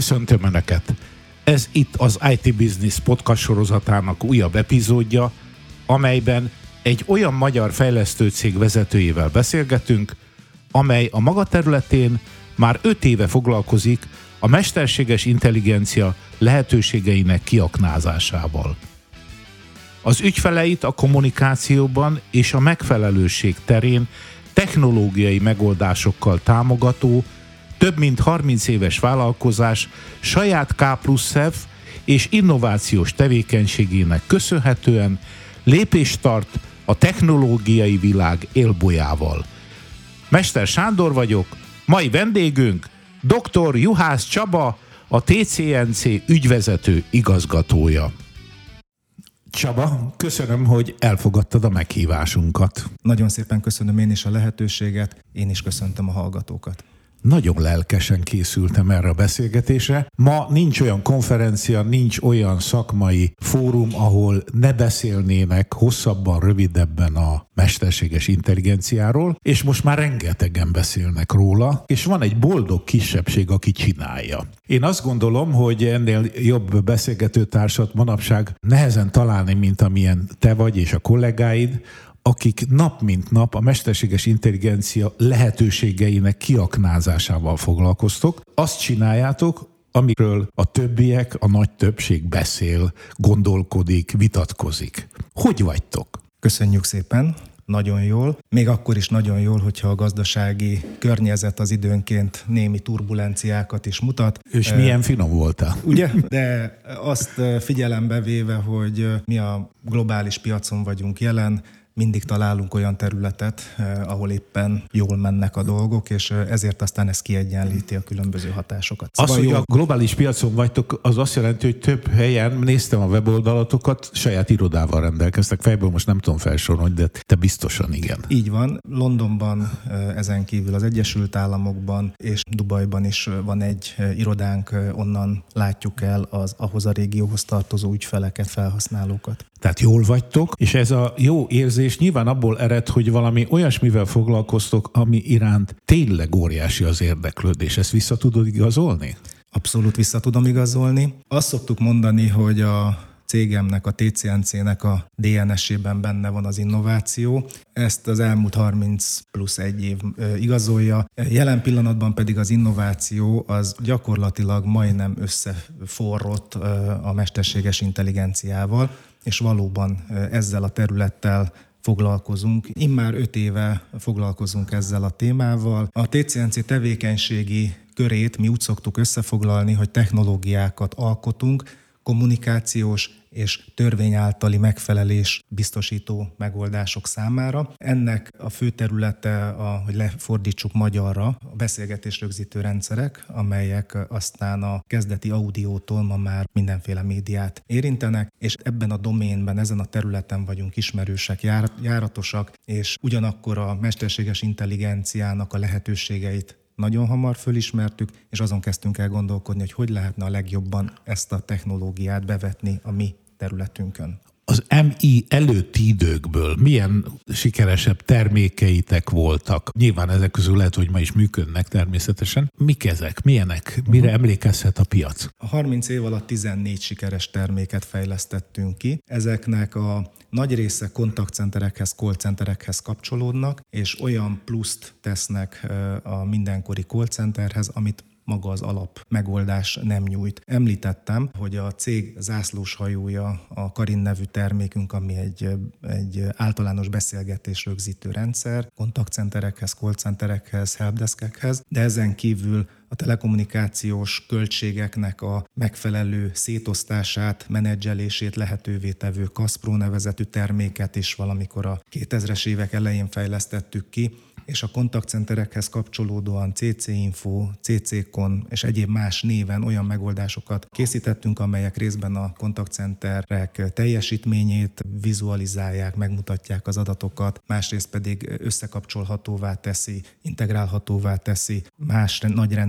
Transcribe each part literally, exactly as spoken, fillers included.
Köszöntöm Önöket! Ez itt az i té Business podcast sorozatának újabb epizódja, amelyben egy olyan magyar fejlesztőcég vezetőjével beszélgetünk, amely a maga területén már öt éve foglalkozik a mesterséges intelligencia lehetőségeinek kiaknázásával. Az ügyfeleit a kommunikációban és a megfelelőség terén technológiai megoldásokkal támogató, több mint harminc éves vállalkozás saját K plusz F és innovációs tevékenységének köszönhetően lépést tart a technológiai világ élbolyával. Mester Sándor vagyok, mai vendégünk doktor Juhász Csaba, a té cé en cé ügyvezető igazgatója. Csaba, köszönöm, hogy elfogadtad a meghívásunkat. Nagyon szépen köszönöm én is a lehetőséget, én is köszöntöm a hallgatókat. Nagyon lelkesen készültem erre a beszélgetésre. Ma nincs olyan konferencia, nincs olyan szakmai fórum, ahol ne beszélnének hosszabban, rövidebben a mesterséges intelligenciáról, és most már rengetegen beszélnek róla, és van egy boldog kisebbség, aki csinálja. Én azt gondolom, hogy ennél jobb beszélgetőtársat manapság nehezen találni, mint amilyen te vagy és a kollégáid, akik nap mint nap a mesterséges intelligencia lehetőségeinek kiaknázásával foglalkoztok. Azt csináljátok, amiről a többiek, a nagy többség beszél, gondolkodik, vitatkozik. Hogy vagytok? Köszönjük szépen, nagyon jól. Még akkor is nagyon jól, hogyha a gazdasági környezet az időnként némi turbulenciákat is mutat. És milyen finom voltál. Ugye? De azt figyelembe véve, hogy mi a globális piacon vagyunk jelen, mindig találunk olyan területet, eh, ahol éppen jól mennek a dolgok, és eh, ezért aztán ez kiegyenlíti a különböző hatásokat. Szóval az, hogy jól... a globális piacon vagytok, az azt jelenti, hogy több helyen néztem a weboldalatokat, saját irodával rendelkeztek. Fejből most nem tudom felsorolni, de te biztosan igen. Így van. Londonban, eh, ezen kívül az Egyesült Államokban és Dubajban is van egy eh, irodánk, eh, onnan látjuk el az ahhoz a régióhoz tartozó ügyfeleket, felhasználókat. Tehát jól vagytok, és ez a jó érzés nyilván abból ered, hogy valami olyasmivel foglalkoztok, ami iránt tényleg óriási az érdeklődés. Ezt vissza tudod igazolni? Abszolút vissza tudom igazolni. Azt szoktuk mondani, hogy a cégemnek, a té cé en cének a dé en es-ében benne van az innováció. Ezt az elmúlt harminc plusz egy év igazolja. Jelen pillanatban pedig az innováció az gyakorlatilag majdnem összeforrott a mesterséges intelligenciával, és valóban ezzel a területtel foglalkozunk. Immár öt éve foglalkozunk ezzel a témával. A té cé en cé tevékenységi körét mi úgy szoktuk összefoglalni, hogy technológiákat alkotunk, kommunikációs és törvény általi megfelelés biztosító megoldások számára. Ennek a fő területe, a, hogy lefordítsuk magyarra, a beszélgetés rögzítő rendszerek, amelyek aztán a kezdeti audiótól ma már mindenféle médiát érintenek, és ebben a doménben, ezen a területen vagyunk ismerősek, jár, járatosak, és ugyanakkor a mesterséges intelligenciának a lehetőségeit nagyon hamar fölismertük, és azon kezdtünk el gondolkodni, hogy hogy lehetne a legjobban ezt a technológiát bevetni a mi területünkön. Az em i előtti időkből milyen sikeresebb termékeitek voltak? Nyilván ezek közül lehet, hogy ma is működnek természetesen. Mik ezek? Milyenek? Mire uh-huh. emlékezhet a piac? A harminc év alatt tizennégy sikeres terméket fejlesztettünk ki. Ezeknek a nagy része kontaktcenterekhez, callcenterekhez kapcsolódnak, és olyan pluszt tesznek a mindenkori callcenterhez, amit maga az alap megoldás nem nyújt. Említettem, hogy a cég zászlós hajója a Karin nevű termékünk, ami egy, egy általános beszélgetés rögzítő rendszer, kontaktcenterekhez, callcenterekhez, helpdeskekhez, de ezen kívül a telekommunikációs költségeknek a megfelelő szétosztását, menedzselését lehetővé tevő Kaszpró nevezetű terméket is valamikor a kétezres évek elején fejlesztettük ki, és a kontaktcenterekhez kapcsolódóan cé cé Info, cé cé Con és egyéb más néven olyan megoldásokat készítettünk, amelyek részben a kontaktcenterek teljesítményét vizualizálják, megmutatják az adatokat, másrészt pedig összekapcsolhatóvá teszi, integrálhatóvá teszi más nagy rendszerekkel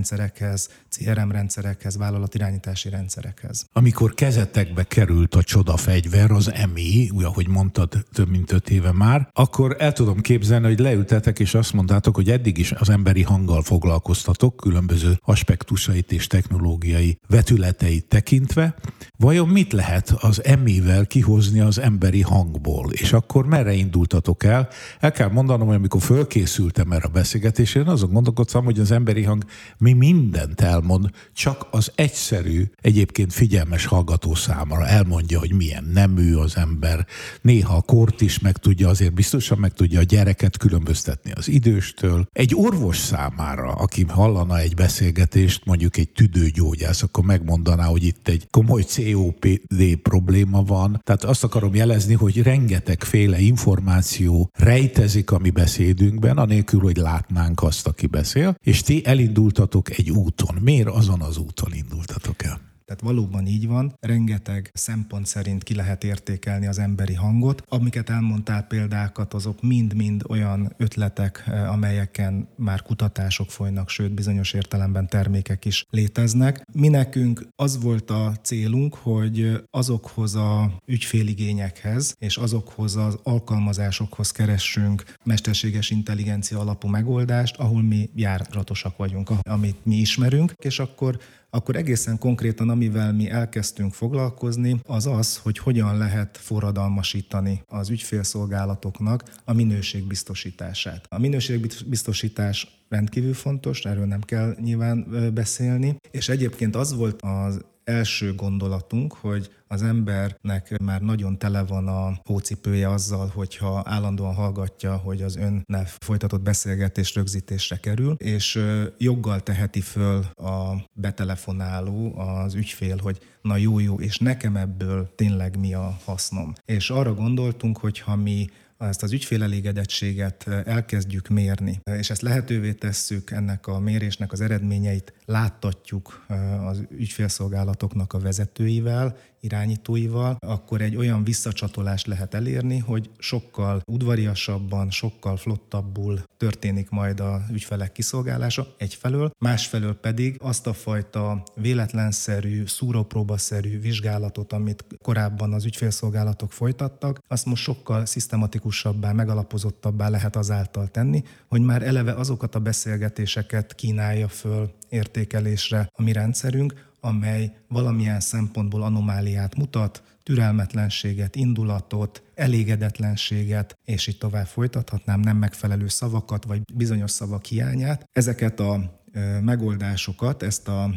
rendszerekhez, cé er em rendszerekhez, vállalatirányítási rendszerekhez. Amikor kezetekbe került a csoda fegyver, az em i, úgy, ahogy mondtad, több mint öt éve már, akkor el tudom képzelni, hogy leültetek és azt mondtátok, hogy eddig is az emberi hanggal foglalkoztatok, különböző aspektusait és technológiai vetületeit tekintve. Vajon mit lehet az em i-vel kihozni az emberi hangból? És akkor merre indultatok el? El kell mondanom, hogy amikor fölkészültem erre a beszélgetésre, én azon gondolkodtam, hogy az emberi hang mi mindent elmond, csak az egyszerű, egyébként figyelmes hallgató számára elmondja, hogy milyen nemű az ember. Néha a kort is meg tudja, azért biztosan meg tudja a gyereket különböztetni az időstől. Egy orvos számára, aki hallana egy beszélgetést, mondjuk egy tüdőgyógyász, akkor megmondaná, hogy itt egy komoly cé o pé dé probléma van. Tehát azt akarom jelezni, hogy rengetegféle információ rejtezik a mi beszédünkben, anélkül, hogy látnánk azt, aki beszél, és ti elindultatok egy úton. Miért azon az úton indultatok el? Tehát valóban így van, rengeteg szempont szerint ki lehet értékelni az emberi hangot. Amiket elmondtál példákat, azok mind-mind olyan ötletek, amelyeken már kutatások folynak, sőt bizonyos értelemben termékek is léteznek. Mi nekünk az volt a célunk, hogy azokhoz az ügyféligényekhez és azokhoz az alkalmazásokhoz keressünk mesterséges intelligencia alapú megoldást, ahol mi járatosak vagyunk, amit mi ismerünk, és akkor akkor egészen konkrétan, amivel mi elkezdtünk foglalkozni, az az, hogy hogyan lehet forradalmasítani az ügyfélszolgálatoknak a minőségbiztosítását. A minőségbiztosítás rendkívül fontos, erről nem kell nyilván beszélni, és egyébként az volt az első gondolatunk, hogy az embernek már nagyon tele van a hócipője azzal, hogyha állandóan hallgatja, hogy az önnel folytatott beszélgetés rögzítésre kerül, és joggal teheti föl a betelefonáló, az ügyfél, hogy na jó-jó, és nekem ebből tényleg mi a hasznom. És arra gondoltunk, hogy ha mi ezt az ügyfélelégedettséget elkezdjük mérni, és ezt lehetővé tesszük, ennek a mérésnek az eredményeit láttatjuk az ügyfélszolgálatoknak a vezetőivel, irányítóival, akkor egy olyan visszacsatolást lehet elérni, hogy sokkal udvariasabban, sokkal flottabbul történik majd az ügyfelek kiszolgálása egyfelől, másfelől pedig azt a fajta véletlenszerű, szúrópróbaszerű vizsgálatot, amit korábban az ügyfélszolgálatok folytattak, azt most sokkal szisztematikusabbá, megalapozottabbá lehet azáltal tenni, hogy már eleve azokat a beszélgetéseket kínálja föl értékelésre a mi rendszerünk, amely valamilyen szempontból anomáliát mutat, türelmetlenséget, indulatot, elégedetlenséget, és így tovább folytathatnám, nem megfelelő szavakat, vagy bizonyos szavak hiányát. Ezeket a megoldásokat, ezt a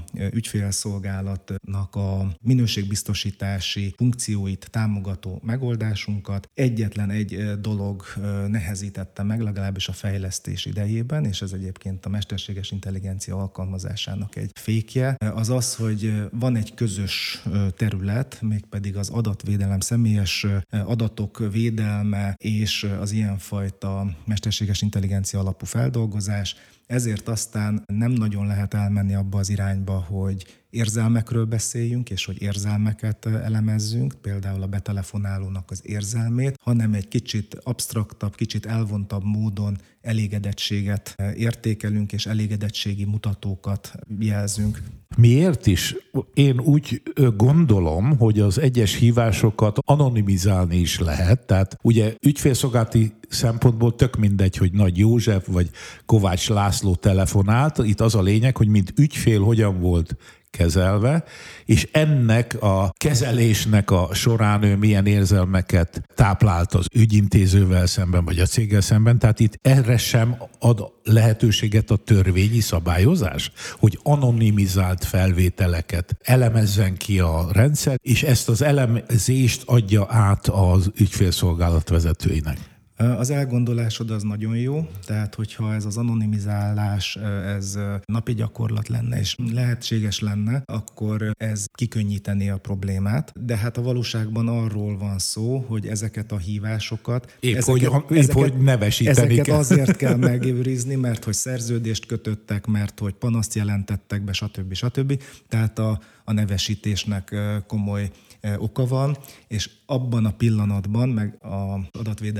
ügyfélszolgálatnak a minőségbiztosítási funkcióit támogató megoldásunkat egyetlen egy dolog nehezítette meg, legalábbis a fejlesztés idejében, és ez egyébként a mesterséges intelligencia alkalmazásának egy fékje, az az, hogy van egy közös terület, mégpedig az adatvédelem, személyes adatok védelme és az ilyenfajta mesterséges intelligencia alapú feldolgozás. Ezért aztán nem nagyon lehet elmenni abba az irányba, hogy érzelmekről beszéljünk, és hogy érzelmeket elemezzünk, például a betelefonálónak az érzelmét, hanem egy kicsit absztraktabb, kicsit elvontabb módon elégedettséget értékelünk, és elégedettségi mutatókat jelzünk. Miért is? Én úgy gondolom, hogy az egyes hívásokat anonimizálni is lehet, tehát ugye ügyfélszolgálati szempontból tök mindegy, hogy Nagy József vagy Kovács László telefonált, itt az a lényeg, hogy mint ügyfél hogyan volt kezelve, és ennek a kezelésnek a során ő milyen érzelmeket táplált az ügyintézővel szemben, vagy a céggel szemben, tehát itt erre sem ad lehetőséget a törvényi szabályozás, hogy anonimizált felvételeket elemezzen ki a rendszer, és ezt az elemzést adja át az ügyfélszolgálat vezetőinek. Az elgondolásod az nagyon jó, tehát hogyha ez az anonimizálás, ez napi gyakorlat lenne és lehetséges lenne, akkor ez kikönnyíteni a problémát, de hát a valóságban arról van szó, hogy ezeket a hívásokat, épp, ezeket, hogy, épp, hogy nevesíteni ezeket kell. azért kell megőrizni, mert hogy szerződést kötöttek, mert hogy panaszt jelentettek be, stb. stb. Tehát a, a nevesítésnek komoly oka van, és abban a pillanatban, meg az adatvédelmi biztos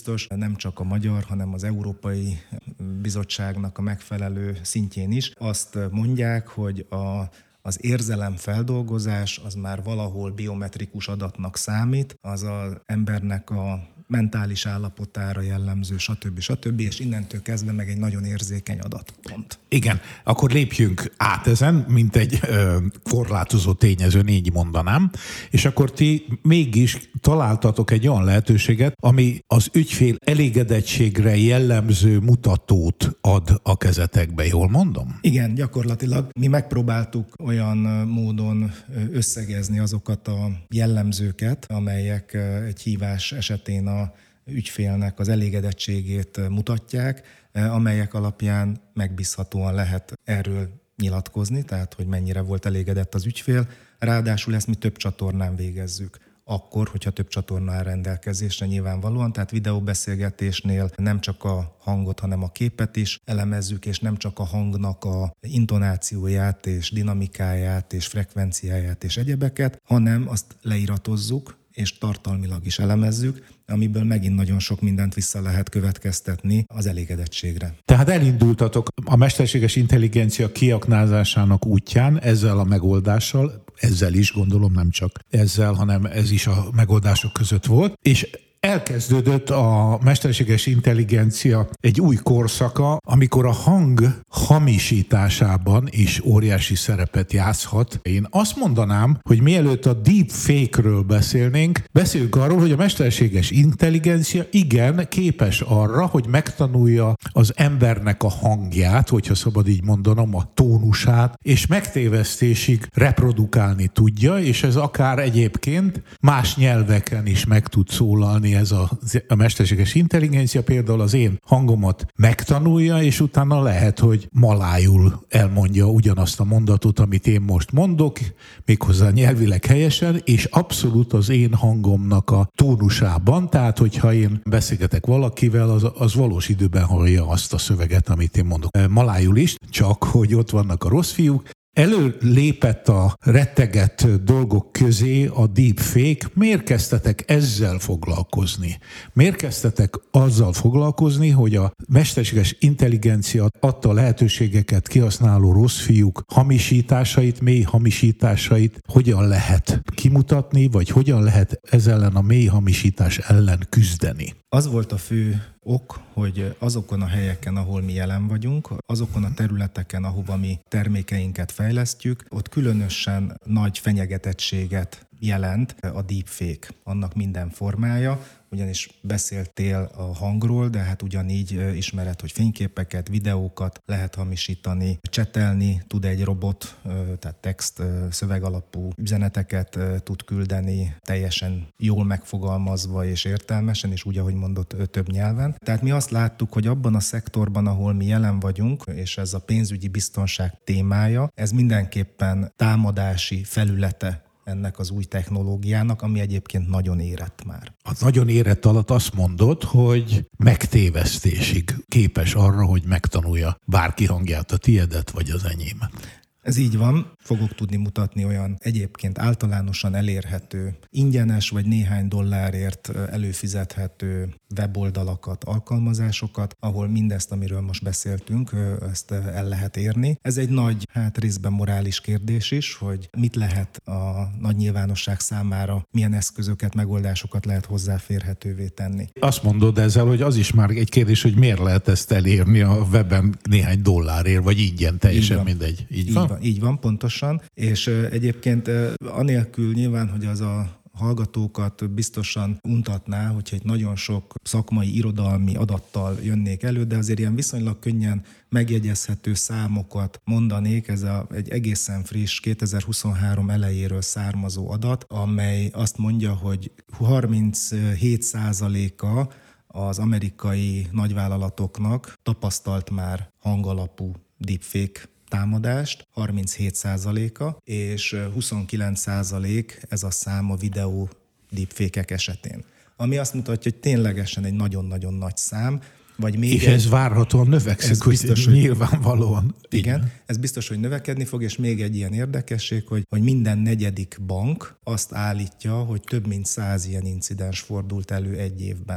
biztos, nem csak a magyar, hanem az Európai Bizottságnak a megfelelő szintjén is azt mondják, hogy a az érzelemfeldolgozás az már valahol biometrikus adatnak számít, az az embernek a mentális állapotára jellemző, stb. stb. És innentől kezdve meg egy nagyon érzékeny adatpont. Igen, akkor lépjünk át ezen, mint egy ö, korlátozó tényező, így mondanám, és akkor ti mégis találtatok egy olyan lehetőséget, ami az ügyfél elégedettségre jellemző mutatót ad a kezetekbe, jól mondom? Igen, gyakorlatilag mi megpróbáltuk olyan módon összegezni azokat a jellemzőket, amelyek egy hívás esetén a ügyfélnek az elégedettségét mutatják, amelyek alapján megbízhatóan lehet erről nyilatkozni, tehát hogy mennyire volt elégedett az ügyfél. Ráadásul ezt mi több csatornán végezzük. Akkor, hogyha több csatorna áll rendelkezésre nyilvánvalóan, tehát videóbeszélgetésnél nem csak a hangot, hanem a képet is elemezzük, és nem csak a hangnak a intonációját és dinamikáját és frekvenciáját és egyebeket, hanem azt leiratozzuk, és tartalmilag is elemezzük, amiből megint nagyon sok mindent vissza lehet következtetni az elégedettségre. Tehát elindultatok a mesterséges intelligencia kiaknázásának útján ezzel a megoldással, ezzel is gondolom, nem csak ezzel, hanem ez is a megoldások között volt, és elkezdődött a mesterséges intelligencia egy új korszaka, amikor a hang hamisításában is óriási szerepet játszhat. Én azt mondanám, hogy mielőtt a deepfake-ről beszélnénk, beszéljünk arról, hogy a mesterséges intelligencia igen képes arra, hogy megtanulja az embernek a hangját, hogyha szabad így mondanom, a tónusát, és megtévesztésig reprodukálni tudja, és ez akár egyébként más nyelveken is meg tud szólalni. Ez a, a mesterséges intelligencia például az én hangomat megtanulja, és utána lehet, hogy malájul elmondja ugyanazt a mondatot, amit én most mondok, méghozzá nyelvileg helyesen, és abszolút az én hangomnak a tónusában, tehát hogyha én beszélgetek valakivel, az, az valós időben hallja azt a szöveget, amit én mondok. Malájul is, csak hogy ott vannak a rossz fiúk. Előlépett a rettegett dolgok közé a deepfake. Miért kezdtetek ezzel foglalkozni? Miért kezdtetek azzal foglalkozni, hogy a mesterséges intelligencia adta lehetőségeket kihasználó rossz fiúk hamisításait, mély hamisításait hogyan lehet kimutatni, vagy hogyan lehet ez ellen a mély hamisítás ellen küzdeni? Az volt a fő ok, hogy azokon a helyeken, ahol mi jelen vagyunk, azokon a területeken, ahova mi termékeinket fejlesztjük, ott különösen nagy fenyegetettséget jelent a deepfake, annak minden formája, ugyanis beszéltél a hangról, de hát ugyanígy ismered, hogy fényképeket, videókat lehet hamisítani, csetelni tud egy robot, tehát text, szövegalapú üzeneteket tud küldeni, teljesen jól megfogalmazva és értelmesen, és úgy, ahogy mondott, több nyelven. Tehát mi azt láttuk, hogy abban a szektorban, ahol mi jelen vagyunk, és ez a pénzügyi biztonság témája, ez mindenképpen támadási felülete ennek az új technológiának, ami egyébként nagyon érett már. A nagyon érett alatt azt mondod, hogy megtévesztésig képes arra, hogy megtanulja bárki hangját, a tiédet vagy az enyémet. Ez így van. Fogok tudni mutatni olyan egyébként általánosan elérhető, ingyenes vagy néhány dollárért előfizethető weboldalakat, alkalmazásokat, ahol mindezt, amiről most beszéltünk, ezt el lehet érni. Ez egy nagy, hát részben morális kérdés is, hogy mit lehet a nagy nyilvánosság számára, milyen eszközöket, megoldásokat lehet hozzáférhetővé tenni. Azt mondod ezzel, hogy az is már egy kérdés, hogy miért lehet ezt elérni a weben néhány dollárért, vagy ingyen, teljesen így mindegy. Így, így van? van? Így van, pontosan. És egyébként anélkül nyilván, hogy az a hallgatókat biztosan untatná, hogyha egy nagyon sok szakmai, irodalmi adattal jönnék elő, de azért ilyen viszonylag könnyen megjegyezhető számokat mondanék. Ez a, egy egészen friss kétezer-huszonhárom elejéről származó adat, amely azt mondja, hogy harminchét százaléka az amerikai nagyvállalatoknak tapasztalt már hangalapú deepfake támadást, harminchét százaléka, és huszonkilenc százalék ez a szám a videó deepfake-ek esetén. Ami azt mutatja, hogy ténylegesen egy nagyon-nagyon nagy szám, vagy még és egy, ez várhatóan növekszik, ez biztos, hogy nyilvánvalóan. Igen, ez biztos, hogy növekedni fog, és még egy ilyen érdekesség, hogy, hogy minden negyedik bank azt állítja, hogy több mint száz ilyen incidens fordult elő egy évben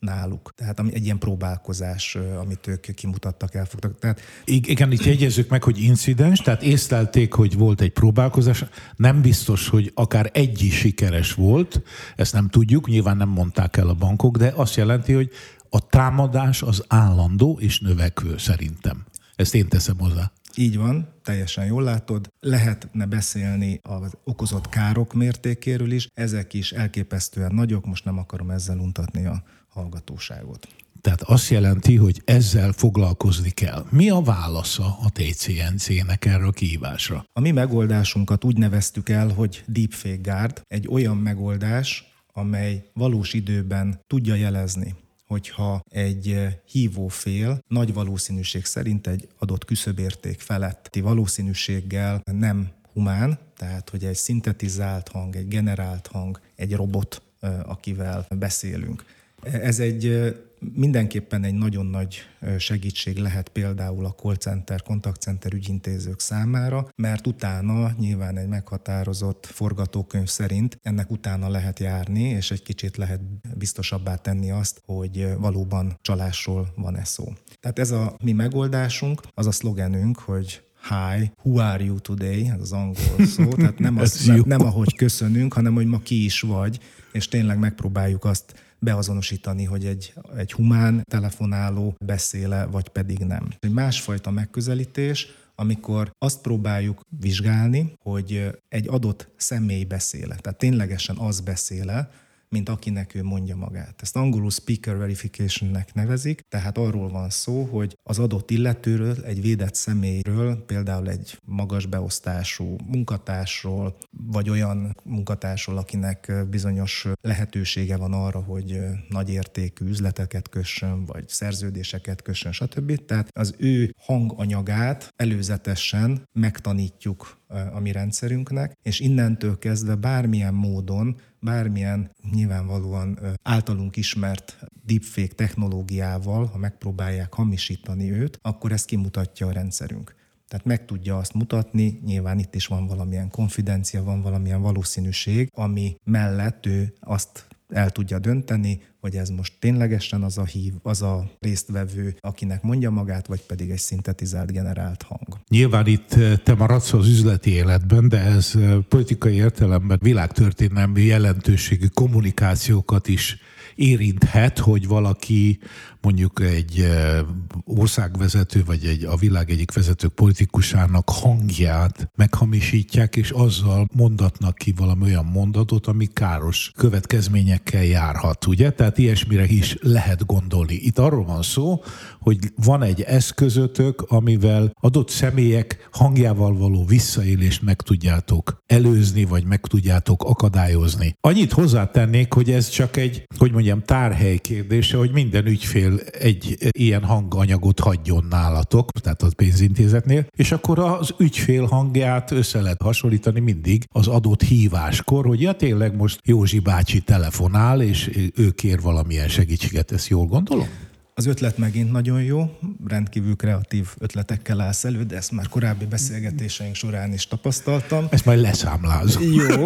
náluk. Tehát ami egy ilyen próbálkozás, amit ők kimutattak, elfogtak. Tehát... Igen, itt jegyezzük meg, hogy incidens, tehát észlelték, hogy volt egy próbálkozás. Nem biztos, hogy akár egy is sikeres volt, ezt nem tudjuk, nyilván nem mondták el a bankok, de azt jelenti, hogy a támadás az állandó és növekvő szerintem. Ezt én teszem hozzá. Így van, teljesen jól látod. Lehetne beszélni az okozott károk mértékéről is, ezek is elképesztően nagyok, most nem akarom ezzel untatni a hallgatóságot. Tehát azt jelenti, hogy ezzel foglalkozni kell. Mi a válasza a té cé en cé-nek erre a kihívásra? A mi megoldásunkat úgy neveztük el, hogy Deepfake Guard, egy olyan megoldás, amely valós időben tudja jelezni, hogyha egy hívófél nagy valószínűség szerint egy adott küszöbérték feletti valószínűséggel nem humán, tehát hogy egy szintetizált hang, egy generált hang, egy robot, akivel beszélünk. Ez egy mindenképpen egy nagyon nagy segítség lehet például a call center, kontaktcenter ügyintézők számára, mert utána nyilván egy meghatározott forgatókönyv szerint ennek utána lehet járni, és egy kicsit lehet biztosabbá tenni azt, hogy valóban csalásról van-e szó. Tehát ez a mi megoldásunk, az a szlogenünk, hogy Hi, who are you today? Ez az angol szó, tehát nem, az, nem, nem ahogy köszönünk, hanem hogy ma ki is vagy, és tényleg megpróbáljuk azt beazonosítani, hogy egy, egy humán telefonáló beszéle, vagy pedig nem. Egy másfajta megközelítés, amikor azt próbáljuk vizsgálni, hogy egy adott személy beszéle, tehát ténylegesen az beszéle, mint akinek ő mondja magát. Ezt angolul speaker verificationnek nevezik, tehát arról van szó, hogy az adott illetőről, egy védett személyről, például egy magas beosztású munkatársról, vagy olyan munkatársról, akinek bizonyos lehetősége van arra, hogy nagy értékű üzleteket kössön, vagy szerződéseket kössön, stb. Tehát az ő hanganyagát előzetesen megtanítjuk a mi rendszerünknek, és innentől kezdve bármilyen módon, bármilyen nyilvánvalóan általunk ismert deepfake technológiával, ha megpróbálják hamisítani őt, akkor ezt kimutatja a rendszerünk. Tehát meg tudja azt mutatni, nyilván itt is van valamilyen konfidencia, van valamilyen valószínűség, ami mellett ő azt el tudja dönteni, hogy ez most ténylegesen az a hív, az a résztvevő, akinek mondja magát, vagy pedig egy szintetizált, generált hang. Nyilván itt te maradsz az üzleti életben, de ez politikai értelemben világtörténelmi jelentőségű kommunikációkat is érinthet, hogy valaki mondjuk egy országvezető, vagy egy, a világ egyik vezető politikusának hangját meghamisítják, és azzal mondatnak ki valami olyan mondatot, ami káros következményekkel járhat, ugye? Tehát ilyesmire is lehet gondolni. Itt arról van szó, hogy van egy eszközötök, amivel adott személyek hangjával való visszaélést meg tudjátok előzni, vagy meg tudjátok akadályozni. Annyit hozzátennék, hogy ez csak egy, hogy mondjam, tárhely kérdése, hogy minden ügyfél egy ilyen hanganyagot hagyjon nálatok, tehát a pénzintézetnél, és akkor az ügyfél hangját össze lehet hasonlítani mindig az adott híváskor, hogy ja tényleg most Józsi bácsi telefonál, és ő kér valamilyen segítséget, ezt jól gondolom? Az ötlet megint nagyon jó, rendkívül kreatív ötletekkel állsz elő, de ezt már korábbi beszélgetéseink során is tapasztaltam. Ezt majd leszámlázom. Jó.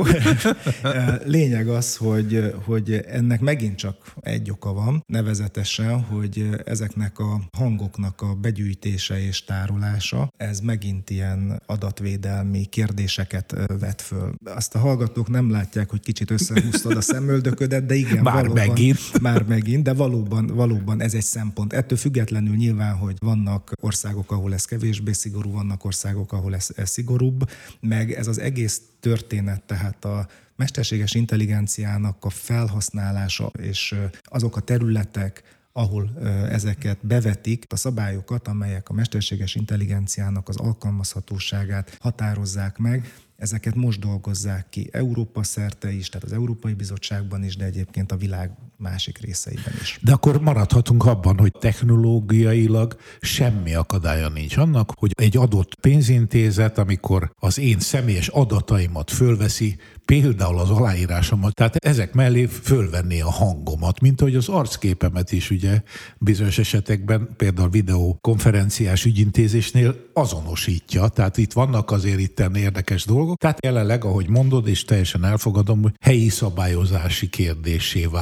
Lényeg az, hogy, hogy ennek megint csak egy oka van, nevezetesen, hogy ezeknek a hangoknak a begyűjtése és tárolása, ez megint ilyen adatvédelmi kérdéseket vet föl. Azt a hallgatók nem látják, hogy kicsit összehúztad a szemöldöködet, de igen, már valóban, megint. Már megint, de valóban, valóban ez egy szempont. Ettől függetlenül nyilván, hogy vannak országok, ahol ez kevésbé szigorú, vannak országok, ahol ez, ez szigorúbb, meg ez az egész történet, tehát a mesterséges intelligenciának a felhasználása és azok a területek, ahol ezeket bevetik, a szabályokat, amelyek a mesterséges intelligenciának az alkalmazhatóságát határozzák meg, ezeket most dolgozzák ki Európa szerte is, tehát az Európai Bizottságban is, de egyébként a világ másik részeiben is. De akkor maradhatunk abban, hogy technológiailag semmi akadálya nincs annak, hogy egy adott pénzintézet, amikor az én személyes adataimat fölveszi, például az aláírásomat, tehát ezek mellé fölvenné a hangomat, mint ahogy az arcképemet is ugye bizonyos esetekben, például videokonferenciás ügyintézésnél azonosítja, tehát itt vannak azért itten érdekes dolgok. Tehát jelenleg, ahogy mondod, és teljesen elfogadom, hogy helyi szabályozási kérdéssé válik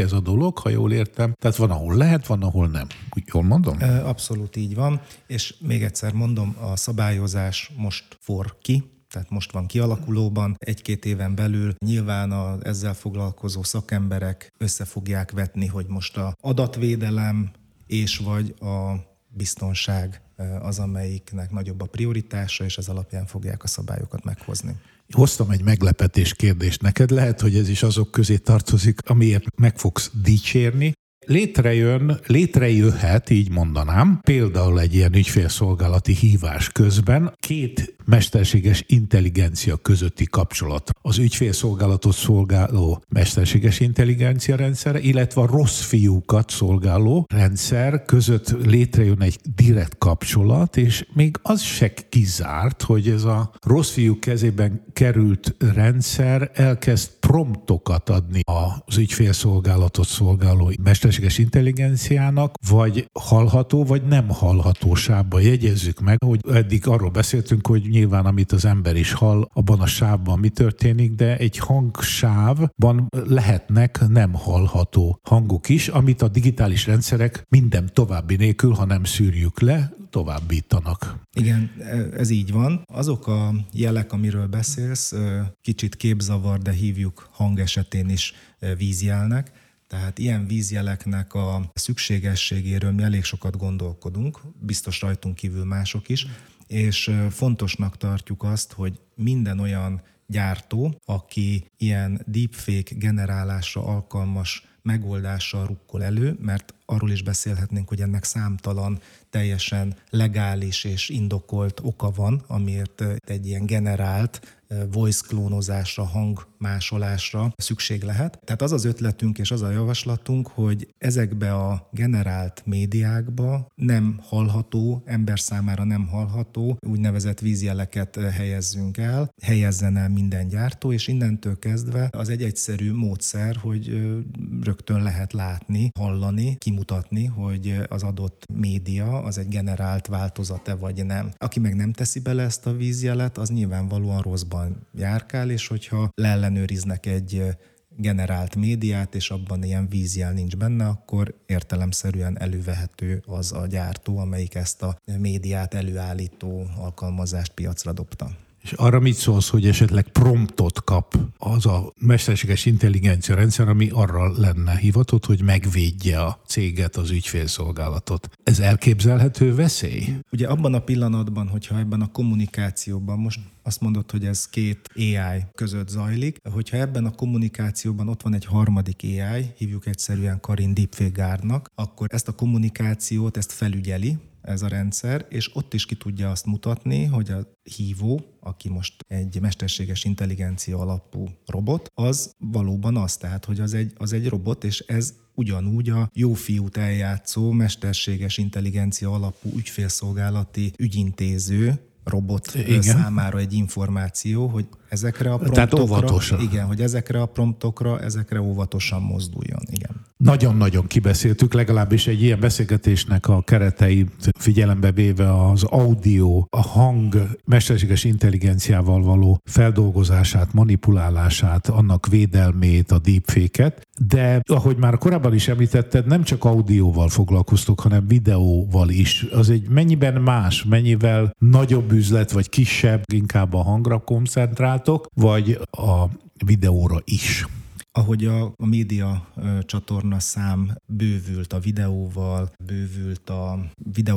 ez a dolog, ha jól értem. Tehát van, ahol lehet, van, ahol nem. Úgy jól mondom? Abszolút így van, és még egyszer mondom, a szabályozás most for ki, tehát most van kialakulóban, egy-két éven belül nyilván az ezzel foglalkozó szakemberek össze fogják vetni, hogy most az adatvédelem és vagy a biztonság az, amelyiknek nagyobb a prioritása, és ez alapján fogják a szabályokat meghozni. Hoztam egy meglepetés kérdést neked, lehet, hogy ez is azok közé tartozik, amiért meg fogsz dicsérni. Létrejön, létrejöhet, így mondanám, például egy ilyen ügyfélszolgálati hívás közben két mesterséges intelligencia közötti kapcsolat. Az ügyfélszolgálatot szolgáló mesterséges intelligencia rendszere, illetve a rossz fiúkat szolgáló rendszer között létrejön egy direkt kapcsolat, és még az se kizárt, hogy ez a rossz fiúk kezében került rendszer elkezd promptokat adni az ügyfélszolgálatot szolgáló mesterséges intelligenciának, vagy hallható, vagy nem hallhatóságban. Jegyezzük meg, hogy eddig arról beszéltünk, hogy nyilván amit az ember is hall, abban a sávban mi történik, de egy hangsávban lehetnek nem hallható hangok is, amit a digitális rendszerek minden további nélkül, ha nem szűrjük le, továbbítanak. Igen, ez így van. Azok a jelek, amiről beszélsz, kicsit képzavar, de hívjuk hang esetén is vízjelnek. Tehát ilyen vízjeleknek a szükségességéről mi elég sokat gondolkodunk, biztos rajtunk kívül mások is, és fontosnak tartjuk azt, hogy minden olyan gyártó, aki ilyen deepfake generálásra alkalmas megoldással rukkol elő, mert arról is beszélhetnénk, hogy ennek számtalan teljesen legális és indokolt oka van, amiért egy ilyen generált voice klónozásra, hangmásolásra szükség lehet. Tehát az az ötletünk és az a javaslatunk, hogy ezekbe a generált médiákba nem hallható, ember számára nem hallható úgynevezett vízjeleket helyezzünk el, helyezzen el minden gyártó, és innentől kezdve az egy egyszerű módszer, hogy rögtön lehet látni, hallani, kimutatni, hogy az adott média az egy generált változat-e vagy nem. Aki meg nem teszi bele ezt a vízjelet, az nyilvánvalóan rosszban járkál, és hogyha leellenőriznek egy generált médiát, és abban ilyen vízjel nincs benne, akkor értelemszerűen elővehető az a gyártó, amelyik ezt a médiát előállító alkalmazást piacra dobta. És arra mit szólsz, hogy esetleg promptot kap az a mesterséges intelligencia rendszer, ami arra lenne hivatott, hogy megvédje a céget, az ügyfélszolgálatot. Ez elképzelhető veszély? Ugye abban a pillanatban, hogyha ebben a kommunikációban, most azt mondod, hogy ez két á i között zajlik, hogyha ebben a kommunikációban ott van egy harmadik á i, hívjuk egyszerűen Karin Deepfake Guardnak, akkor ezt a kommunikációt, ezt felügyeli ez a rendszer, és ott is ki tudja azt mutatni, hogy a hívó, aki most egy mesterséges intelligencia alapú robot, az valóban az, tehát hogy az egy, az egy robot, és ez ugyanúgy a jó fiút eljátszó mesterséges intelligencia alapú ügyfélszolgálati ügyintéző robot igen. számára egy információ, hogy ezekre a promptokra, igen, hogy ezekre a promptokra, ezekre óvatosan mozduljon. Igen. Nagyon-nagyon kibeszéltük, legalábbis egy ilyen beszélgetésnek a kereteit figyelembe véve az audio, a hang mesterséges intelligenciával való feldolgozását, manipulálását, annak védelmét, a deepfake-et, de ahogy már korábban is említetted, nem csak audióval foglalkoztok, hanem videóval is. Az egy mennyiben más, mennyivel nagyobb üzlet, vagy kisebb, inkább a hangra koncentráltok, vagy a videóra is? Ahogy a, a média ö, csatorna szám bővült a videóval, bővült a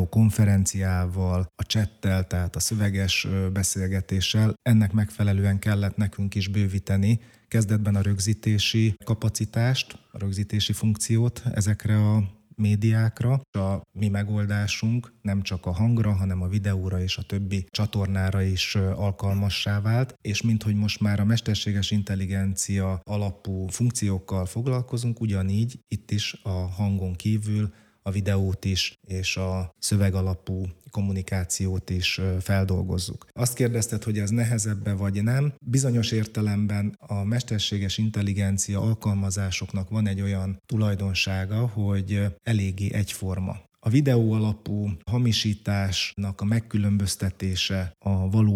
videokonferenciával, a chattel, tehát a szöveges ö, beszélgetéssel, ennek megfelelően kellett nekünk is bővíteni kezdetben a rögzítési kapacitást, a rögzítési funkciót ezekre a médiákra. A mi megoldásunk nem csak a hangra, hanem a videóra és a többi csatornára is alkalmassá vált, és minthogy most már a mesterséges intelligencia alapú funkciókkal foglalkozunk, ugyanígy itt is a hangon kívül a videót is és a szöveg alapú kommunikációt is feldolgozzuk. Azt kérdezted, hogy ez nehezebbe vagy nem. Bizonyos értelemben a mesterséges intelligencia alkalmazásoknak van egy olyan tulajdonsága, hogy eléggé egyforma. A videó alapú hamisításnak a megkülönböztetése a valós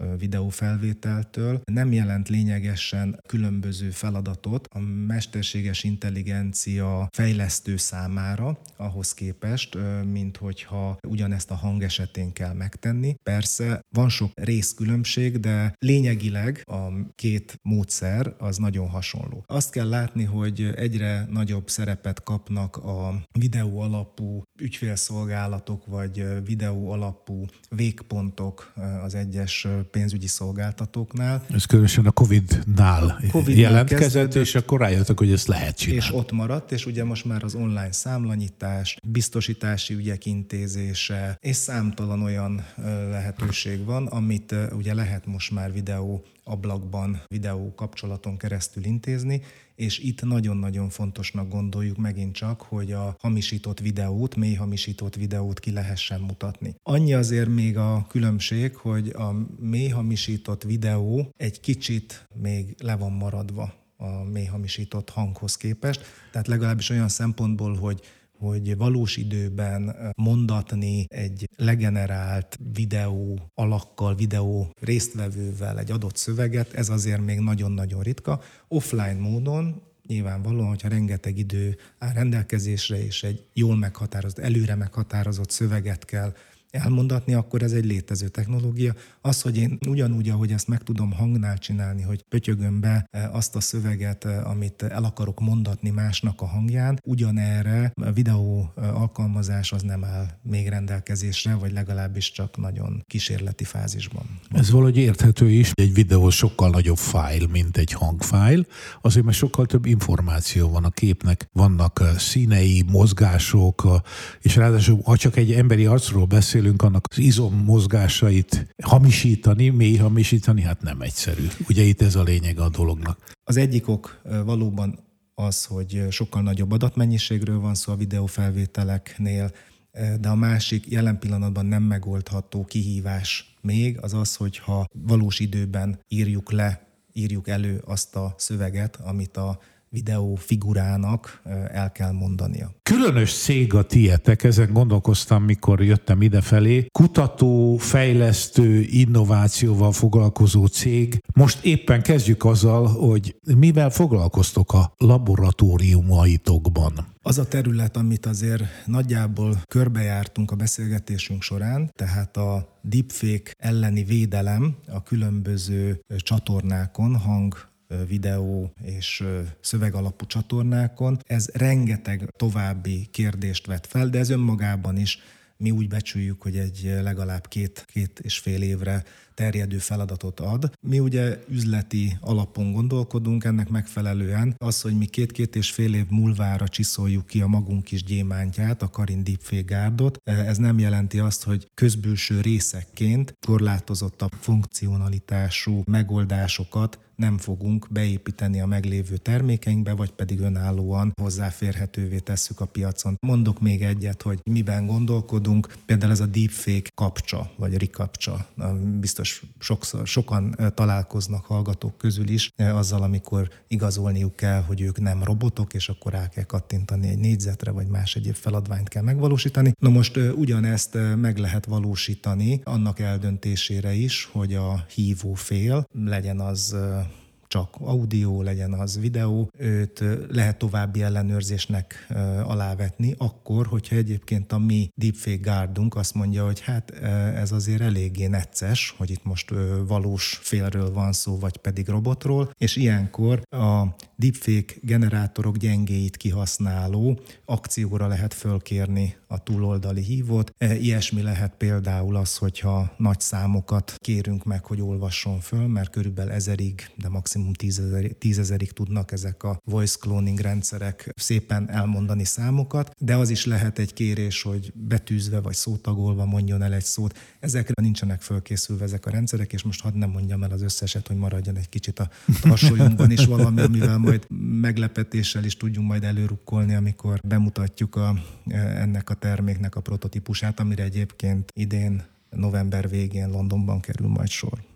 videófelvételtől nem jelent lényegesen különböző feladatot a mesterséges intelligencia fejlesztő számára ahhoz képest, mint hogyha ugyanezt a hang esetén kell megtenni. Persze van sok részkülönbség, de lényegileg a két módszer az nagyon hasonló. Azt kell látni, hogy egyre nagyobb szerepet kapnak a videó alapú ügyfélszolgálatok, vagy videó alapú végpontok az egyes pénzügyi szolgáltatóknál. Ez különösen a Covid-nál COVID jelentkezett, és akkor rájöttek, hogy ezt lehet csinálni. És ott maradt, és ugye most már az online számlanyítás, biztosítási ügyek intézése, és számtalan olyan lehetőség van, amit ugye lehet most már videó ablakban, videó kapcsolaton keresztül intézni, és itt nagyon-nagyon fontosnak gondoljuk megint csak, hogy a hamisított videót, mély hamisított videót ki lehessen mutatni. Annyi azért még a különbség, hogy a mély hamisított videó egy kicsit még le van maradva a mély hamisított hanghoz képest, tehát legalábbis olyan szempontból, hogy hogy valós időben mondatni egy legenerált videó alakkal, videó résztvevővel egy adott szöveget, ez azért még nagyon-nagyon ritka. Offline módon nyilvánvalóan, hogyha rengeteg idő áll rendelkezésre, és egy jól meghatározott, előre meghatározott szöveget kell elmondatni, akkor ez egy létező technológia. Az, hogy én ugyanúgy, ahogy ezt meg tudom hangnál csinálni, hogy pötyögöm be azt a szöveget, amit el akarok mondatni másnak a hangján, ugyanerre a videó alkalmazás az nem áll még rendelkezésre, vagy legalábbis csak nagyon kísérleti fázisban. Ez valahogy érthető is. Egy videó sokkal nagyobb fájl, mint egy hangfájl, azért mert sokkal több információ van a képnek. Vannak színei, mozgások, és ráadásul, ha csak egy emberi arcról beszél, annak az izom mozgásait hamisítani, mély hamisítani, hát nem egyszerű. Ugye itt ez a lényeg a dolognak. Az egyik ok valóban az, hogy sokkal nagyobb adatmennyiségről van szó a videófelvételeknél, de a másik jelen pillanatban nem megoldható kihívás még az az, hogyha valós időben írjuk le, írjuk elő azt a szöveget, amit a videó figurának el kell mondania. Különös cég a tietek, ezen gondolkoztam, mikor jöttem idefelé. Kutató, fejlesztő, innovációval foglalkozó cég. Most éppen kezdjük azzal, hogy mivel foglalkoztok a laboratóriumaitokban. Az a terület, amit azért nagyjából körbejártunk a beszélgetésünk során, tehát a deepfake elleni védelem a különböző csatornákon, hang, videó és szövegalapú csatornákon. Ez rengeteg további kérdést vet fel, de ez önmagában is mi úgy becsüljük, hogy egy legalább két, két és fél évre terjedő feladatot ad. Mi ugye üzleti alapon gondolkodunk, ennek megfelelően az, hogy mi két-két és fél év múlvára csiszoljuk ki a magunk kis gyémántját, a Karin Deepfake Guardot. Ez nem jelenti azt, hogy közbülső részekként korlátozottabb funkcionalitású megoldásokat nem fogunk beépíteni a meglévő termékeinkbe, vagy pedig önállóan hozzáférhetővé tesszük a piacon. Mondok még egyet, hogy miben gondolkodunk, például ez a deepfake kapcsa, vagy recaptcha. Biztos sokszor, sokan találkoznak hallgatók közül is azzal, amikor igazolniuk kell, hogy ők nem robotok, és akkor rá kell kattintani egy négyzetre, vagy más egyéb feladványt kell megvalósítani. Na most ugyanezt meg lehet valósítani annak eldöntésére is, hogy a hívó fél, legyen az csak audio, legyen az videó, őt lehet további ellenőrzésnek alávetni, akkor, hogyha egyébként a mi Deepfake Guardunk azt mondja, hogy hát ez azért eléggé necces, hogy itt most valós félről van szó, vagy pedig robotról, és ilyenkor a deepfake generátorok gyengéit kihasználó akcióra lehet fölkérni a túloldali hívót. Ilyesmi lehet például az, hogyha nagy számokat kérünk meg, hogy olvasson föl, mert körülbelül ezerig, de maximum tízezerig tudnak ezek a voice cloning rendszerek szépen elmondani számokat, de az is lehet egy kérés, hogy betűzve vagy szótagolva mondjon el egy szót. Ezekre nincsenek fölkészülve ezek a rendszerek, és most hadd nem mondjam el az összeset, hogy maradjon egy kicsit a tarsolyunkban is valami, amivel majd meglepetéssel is tudjunk majd előrukkolni, amikor bemutatjuk a, ennek a terméknek a prototípusát, amire egyébként idén november végén Londonban kerül majd sor.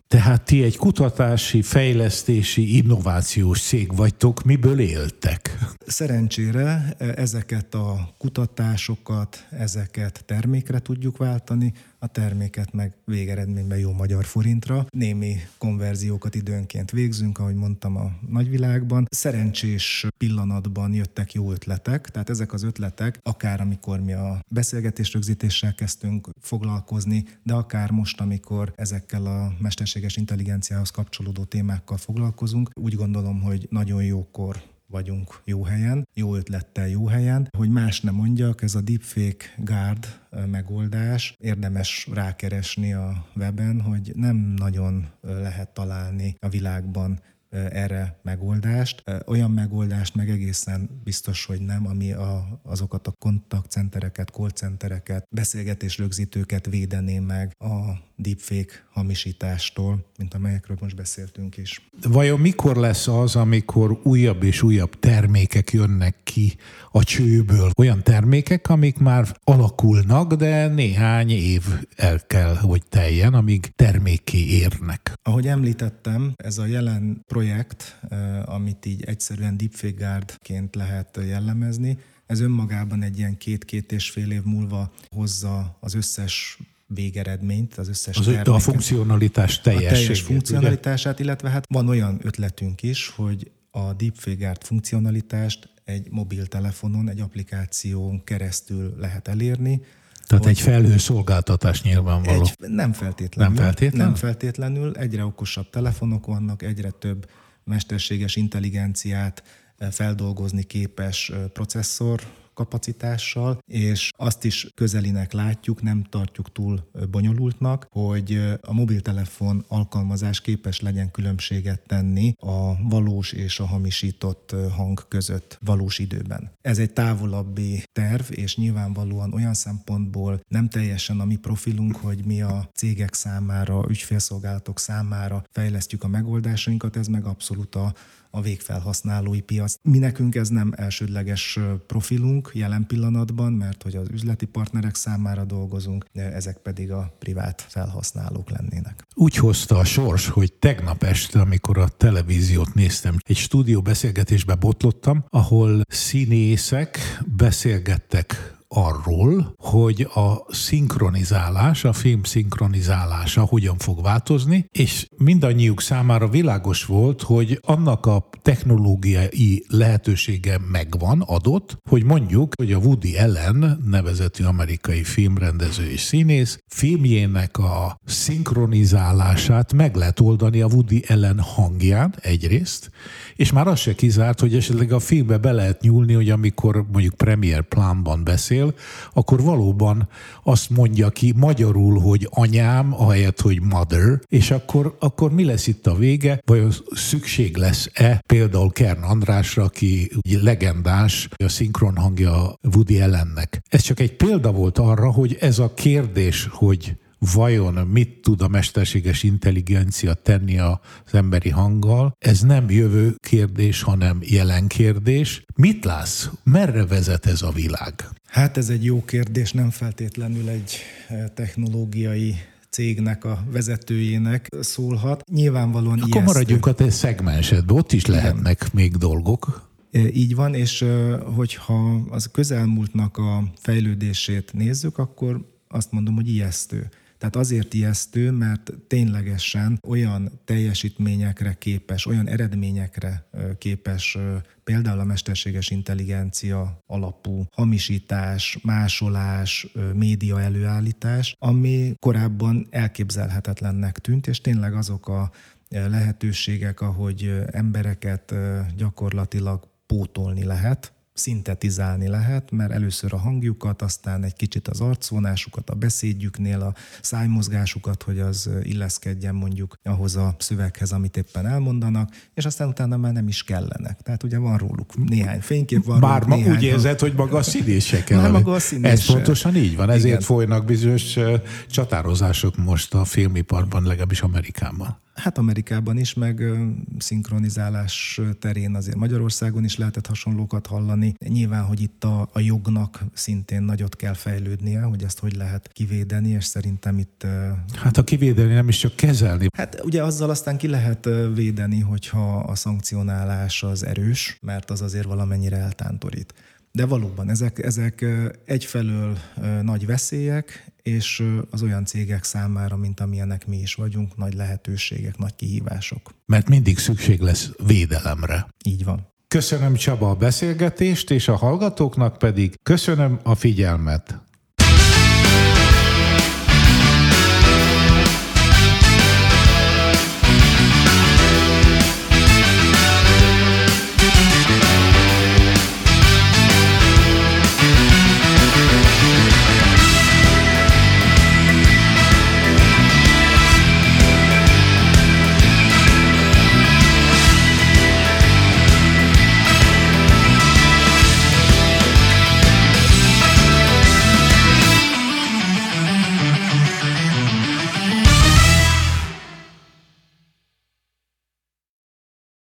Tehát ti egy kutatási, fejlesztési, innovációs cég vagytok, miből éltek? Szerencsére ezeket a kutatásokat, ezeket termékre tudjuk váltani, a terméket meg végeredményben jó magyar forintra. Némi konverziókat időnként végzünk, ahogy mondtam, a nagyvilágban. Szerencsés pillanatban jöttek jó ötletek, tehát ezek az ötletek, akár amikor mi a beszélgetés rögzítéssel kezdtünk foglalkozni, de akár most, amikor ezekkel a mesterséges intelligenciához kapcsolódó témákkal foglalkozunk, úgy gondolom, hogy nagyon jókor vagyunk jó helyen, jó ötlettel jó helyen. Hogy más nem mondjak, ez a Deepfake Guard megoldás, érdemes rákeresni a weben, hogy nem nagyon lehet találni a világban erre megoldást. Olyan megoldást meg egészen biztos, hogy nem, ami a, azokat a kontaktcentereket, callcentereket, beszélgetésrögzítőket védené meg a deepfake hamisítástól, mint amelyekről most beszéltünk is. Vajon mikor lesz az, amikor újabb és újabb termékek jönnek ki a csőből? Olyan termékek, amik már alakulnak, de néhány év el kell, hogy teljen, amíg termékké érnek. Ahogy említettem, ez a jelen projekt, amit így egyszerűen Deepfake Guardként lehet jellemezni, ez önmagában egy ilyen két-két és fél év múlva hozza az összes végeredményt, az összes az terméket, a funkcionalitás teljességét. A teljes funkcionalitását, illetve hát van olyan ötletünk is, hogy a Deepfake Guard funkcionalitást egy mobiltelefonon, egy applikáción keresztül lehet elérni. Tehát egy felhőszolgáltatás nyilvánvaló. Egy, nem feltétlenül. Nem feltétlenül? Nem feltétlenül. Egyre okosabb telefonok vannak, egyre több mesterséges intelligenciát feldolgozni képes processzor kapacitással, és azt is közelinek látjuk, nem tartjuk túl bonyolultnak, hogy a mobiltelefon alkalmazás képes legyen különbséget tenni a valós és a hamisított hang között valós időben. Ez egy távolabbi terv, és nyilvánvalóan olyan szempontból nem teljesen a mi profilunk, hogy mi a cégek számára, ügyfélszolgálatok számára fejlesztjük a megoldásainkat, ez meg abszolút a a végfelhasználói piac. Mi nekünk ez nem elsődleges profilunk jelen pillanatban, mert hogy az üzleti partnerek számára dolgozunk, ezek pedig a privát felhasználók lennének. Úgy hozta a sors, hogy tegnap este, amikor a televíziót néztem, egy stúdió beszélgetésbe botlottam, ahol színészek beszélgettek arról, hogy a szinkronizálás, a film szinkronizálása hogyan fog változni, és mindannyiuk számára világos volt, hogy annak a technológiai lehetősége megvan, adott, hogy mondjuk, hogy a Woody Allen nevezetű amerikai filmrendező és színész filmjének a szinkronizálását meg lehet oldani a Woody Allen hangján egyrészt, és már az se kizárt, hogy esetleg a filmbe be lehet nyúlni, hogy amikor mondjuk premier plánban beszél, akkor valóban azt mondja ki magyarul, hogy anyám, ahelyett, hogy mother, és akkor, akkor mi lesz itt a vége? Vajon szükség lesz-e például Kern Andrásra, aki ugye legendás, a szinkron hangja Woody Allennek. Ez csak egy példa volt arra, hogy ez a kérdés, hogy vajon mit tud a mesterséges intelligencia tenni az emberi hanggal? Ez nem jövő kérdés, hanem jelen kérdés. Mit látsz? Merre vezet ez a világ? Hát ez egy jó kérdés, nem feltétlenül egy technológiai cégnek a vezetőjének szólhat. Nyilvánvalóan Akkor ijesztő. maradjunk a te szegmensedben, ott is lehetnek igen. még dolgok. Így van, és hogyha az közelmúltnak a fejlődését nézzük, akkor azt mondom, hogy ijesztő. Tehát azért ijesztő, mert ténylegesen olyan teljesítményekre képes, olyan eredményekre képes például a mesterséges intelligencia alapú hamisítás, másolás, média előállítás, ami korábban elképzelhetetlennek tűnt, és tényleg azok a lehetőségek, ahogy embereket gyakorlatilag pótolni lehet, szintetizálni lehet, mert először a hangjukat, aztán egy kicsit az arcvonásukat, a beszédjüknél a szájmozgásukat, hogy az illeszkedjen mondjuk ahhoz a szöveghez, amit éppen elmondanak, és aztán utána már nem is kellenek. Tehát ugye van róluk néhány fénykép, van Bár róluk ma néhány... úgy érzed, hogy maga a színész se kell. Már maga a színész Ez se. pontosan így van, ezért igen. folynak bizonyos csatározások most a filmiparban, legalábbis Amerikában. Hát Amerikában is, meg szinkronizálás terén azért Magyarországon is lehetett hasonlókat hallani. Nyilván, hogy itt a, a jognak szintén nagyot kell fejlődnie, hogy ezt hogy lehet kivédeni, és szerintem itt... Hát a kivédeni nem is csak kezelni. Hát ugye azzal aztán ki lehet védeni, hogyha a szankcionálás az erős, mert az azért valamennyire eltántorít. De valóban ezek, ezek egyfelől nagy veszélyek, és az olyan cégek számára, mint amilyenek mi is vagyunk, nagy lehetőségek, nagy kihívások. Mert mindig szükség lesz védelemre. Így van. Köszönöm, Csaba, a beszélgetést, és a hallgatóknak pedig köszönöm a figyelmet.